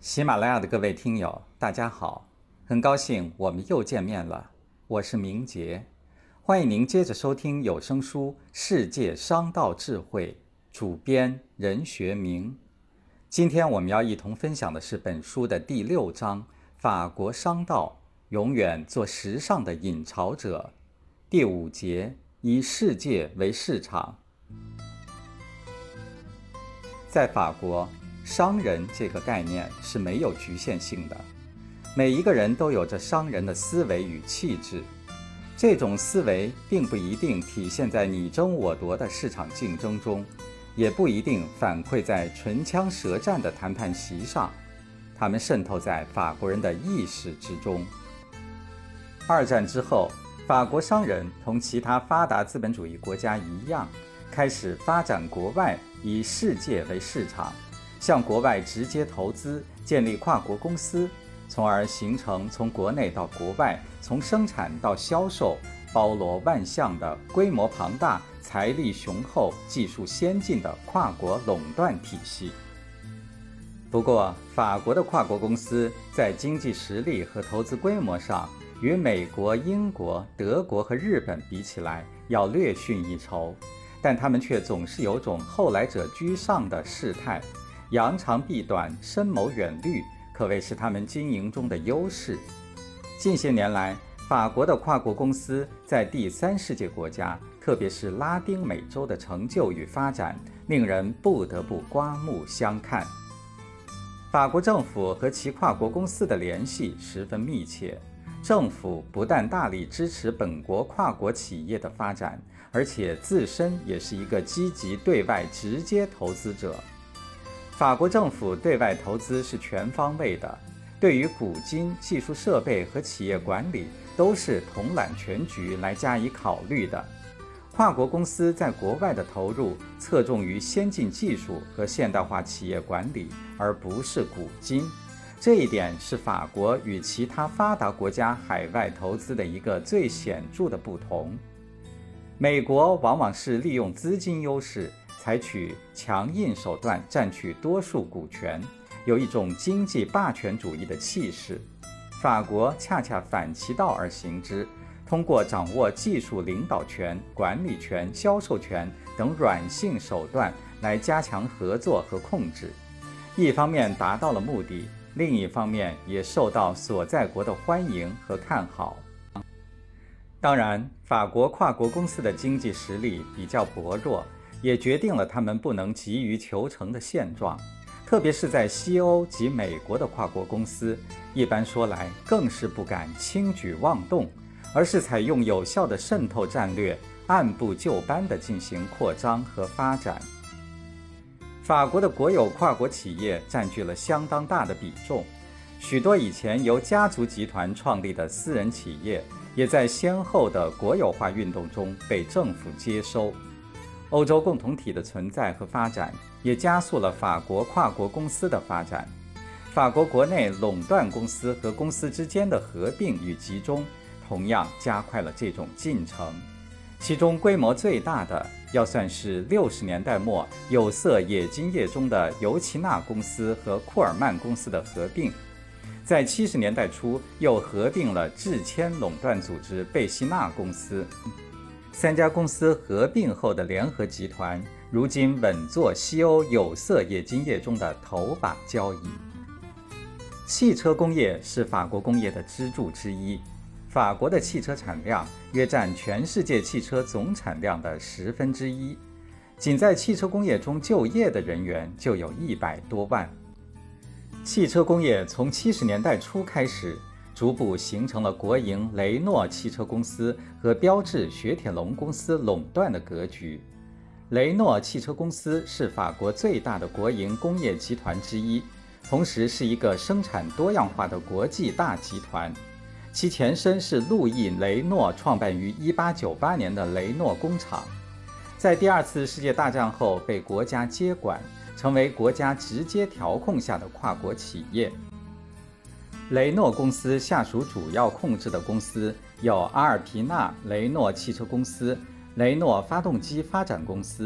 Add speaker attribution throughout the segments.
Speaker 1: 喜马拉雅的各位听友，大家好，很高兴我们又见面了。我是明杰，欢迎您接着收听有声书《世界商道智慧》，主编任学明。今天我们要一同分享的是本书的第6章：法国商道永远做时尚的引潮者。第5节：以世界为市场。在法国，商人这个概念是没有局限性的，每一个人都有着商人的思维与气质。这种思维并不一定体现在你争我夺的市场竞争中，也不一定反馈在唇枪舌战的谈判席上，它们渗透在法国人的意识之中。二战之后，法国商人同其他发达资本主义国家一样，开始发展国外，以世界为市场，向国外直接投资，建立跨国公司，从而形成从国内到国外，从生产到销售，包罗万象的规模庞大、财力雄厚、技术先进的跨国垄断体系。不过，法国的跨国公司在经济实力和投资规模上，与美国、英国、德国和日本比起来，要略逊一筹，但他们却总是有种后来者居上的势态，扬长避短，深谋远虑，可谓是他们经营中的优势。近些年来，法国的跨国公司在第三世界国家，特别是拉丁美洲的成就与发展，令人不得不刮目相看。法国政府和其跨国公司的联系十分密切，政府不但大力支持本国跨国企业的发展，而且自身也是一个积极对外直接投资者。法国政府对外投资是全方位的，对于股金、技术设备和企业管理都是统揽全局来加以考虑的。跨国公司在国外的投入侧重于先进技术和现代化企业管理，而不是股金。这一点是法国与其他发达国家海外投资的一个最显著的不同。美国往往是利用资金优势，采取强硬手段占据多数股权，有一种经济霸权主义的气势。法国恰恰反其道而行之，通过掌握技术领导权、管理权、销售权等软性手段来加强合作和控制，一方面达到了目的，另一方面也受到所在国的欢迎和看好。当然，法国跨国公司的经济实力比较薄弱，也决定了他们不能急于求成的现状，特别是在西欧及美国的跨国公司，一般说来更是不敢轻举妄动，而是采用有效的渗透战略，按部就班地进行扩张和发展。法国的国有跨国企业占据了相当大的比重，许多以前由家族集团创立的私人企业，也在先后的国有化运动中被政府接收。欧洲共同体的存在和发展，也加速了法国跨国公司的发展。法国国内垄断公司和公司之间的合并与集中，同样加快了这种进程。其中规模最大的，要算是60年代末有色冶金业中的尤其纳公司和库尔曼公司的合并，在70年代初又合并了制铅垄断组织贝希纳公司。3家公司合并后的联合集团，如今稳坐西欧有色冶金业中的头把交椅。汽车工业是法国工业的支柱之一，法国的汽车产量约占全世界汽车总产量的1/10，仅在汽车工业中就业的人员就有100多万。汽车工业从70年代初开始，逐步形成了国营雷诺汽车公司和标致雪铁龙公司垄断的格局。雷诺汽车公司是法国最大的国营工业集团之一，同时是一个生产多样化的国际大集团。其前身是路易·雷诺创办于1898年的雷诺工厂，在第2次世界大战后被国家接管，成为国家直接调控下的跨国企业。雷诺公司下属主要控制的公司有阿尔皮纳雷诺汽车公司、雷诺发动机发展公司、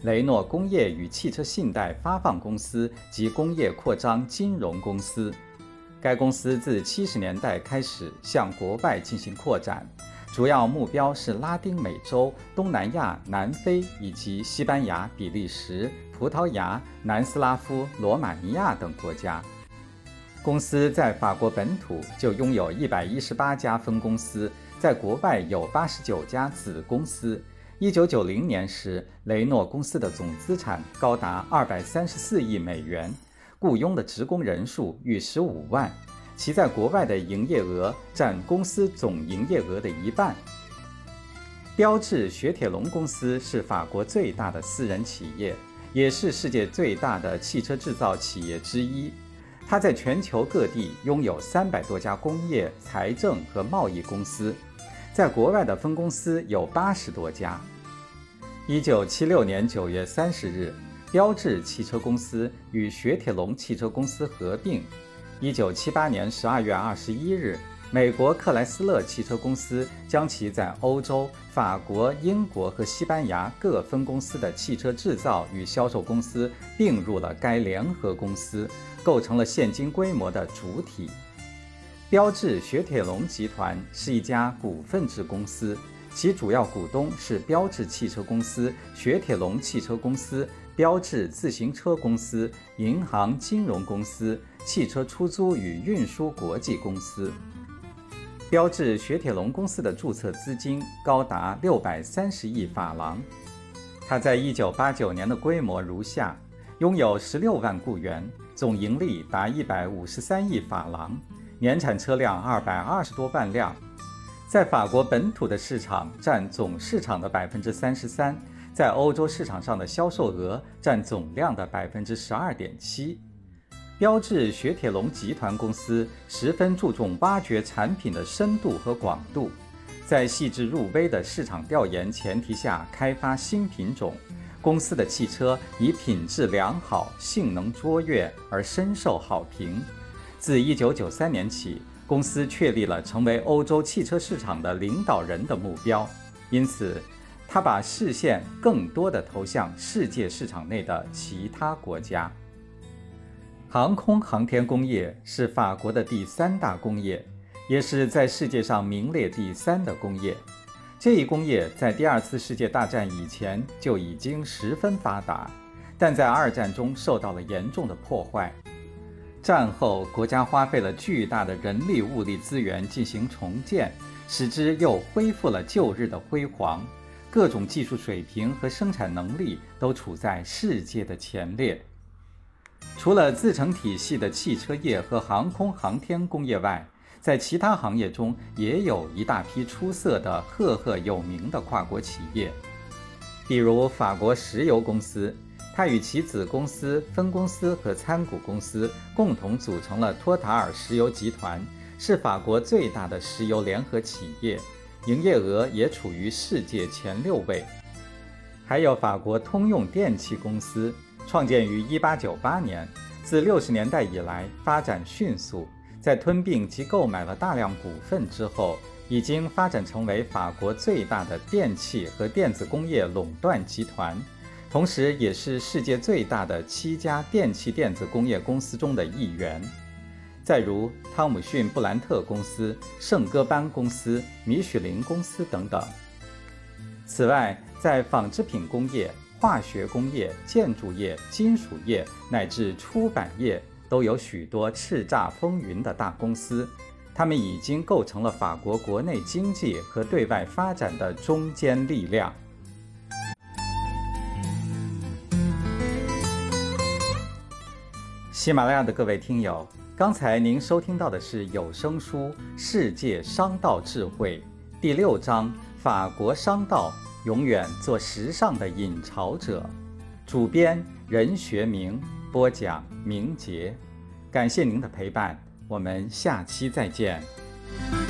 Speaker 1: 雷诺工业与汽车信贷发放公司及工业扩张金融公司。该公司自70年代开始向国外进行扩展，主要目标是拉丁美洲、东南亚、南非以及西班牙、比利时、葡萄牙、南斯拉夫、罗马尼亚等国家。公司在法国本土就拥有118家分公司，在国外有89家子公司。1990年时，雷诺公司的总资产高达234亿美元，雇佣的职工人数逾15万，其在国外的营业额占公司总营业额的一半。标致雪铁龙公司是法国最大的私人企业，也是世界最大的汽车制造企业之一。它在全球各地拥有300多家工业、财政和贸易公司，在国外的分公司有80多家。1976年9月30日，标致汽车公司与雪铁龙汽车公司合并。1978年12月21日，美国克莱斯勒汽车公司将其在欧洲、法国、英国和西班牙各分公司的汽车制造与销售公司并入了该联合公司，构成了现今规模的主体。标致雪铁龙集团是一家股份制公司，其主要股东是标致汽车公司、雪铁龙汽车公司、标致自行车公司、银行金融公司、汽车出租与运输国际公司。标致雪铁龙公司的注册资金高达630亿法郎。它在1989年的规模如下：拥有16万雇员，总盈利达153亿法郎，年产车辆220多万辆。在法国本土的市场占总市场的33%，在欧洲市场上的销售额占总量的12.7%。标致雪铁龙集团公司十分注重挖掘产品的深度和广度，在细致入微的市场调研前提下开发新品种。公司的汽车以品质良好、性能卓越而深受好评。自1993年起，公司确立了成为欧洲汽车市场的领导人的目标，因此，它把视线更多地投向世界市场内的其他国家。航空航天工业是法国的第3大工业，也是在世界上名列第3的工业。这一工业在第2次世界大战以前就已经十分发达，但在2战中受到了严重的破坏。战后，国家花费了巨大的人力物力资源进行重建，使之又恢复了旧日的辉煌。各种技术水平和生产能力都处在世界的前列。除了自成体系的汽车业和航空航天工业外，在其他行业中也有一大批出色的赫赫有名的跨国企业。比如法国石油公司，它与其子公司、分公司和参股公司共同组成了托塔尔石油集团，是法国最大的石油联合企业，营业额也处于世界前6位。还有法国通用电气公司，创建于1898年，自60年代以来发展迅速，在吞并及购买了大量股份之后，已经发展成为法国最大的电气和电子工业垄断集团，同时也是世界最大的7家电气电子工业公司中的一员。再如汤姆逊布兰特公司、圣戈班公司、米许林公司等等。此外，在纺织品工业、化学工业、建筑业、金属业乃至出版业都有许多叱咤风云的大公司，他们已经构成了法国国内经济和对外发展的中坚力量。喜马拉雅的各位听友，刚才您收听到的是有声书《世界商道智慧》第6章：法国商道永远做时尚的引潮者。主编任学明，播讲明杰。感谢您的陪伴，我们下期再见。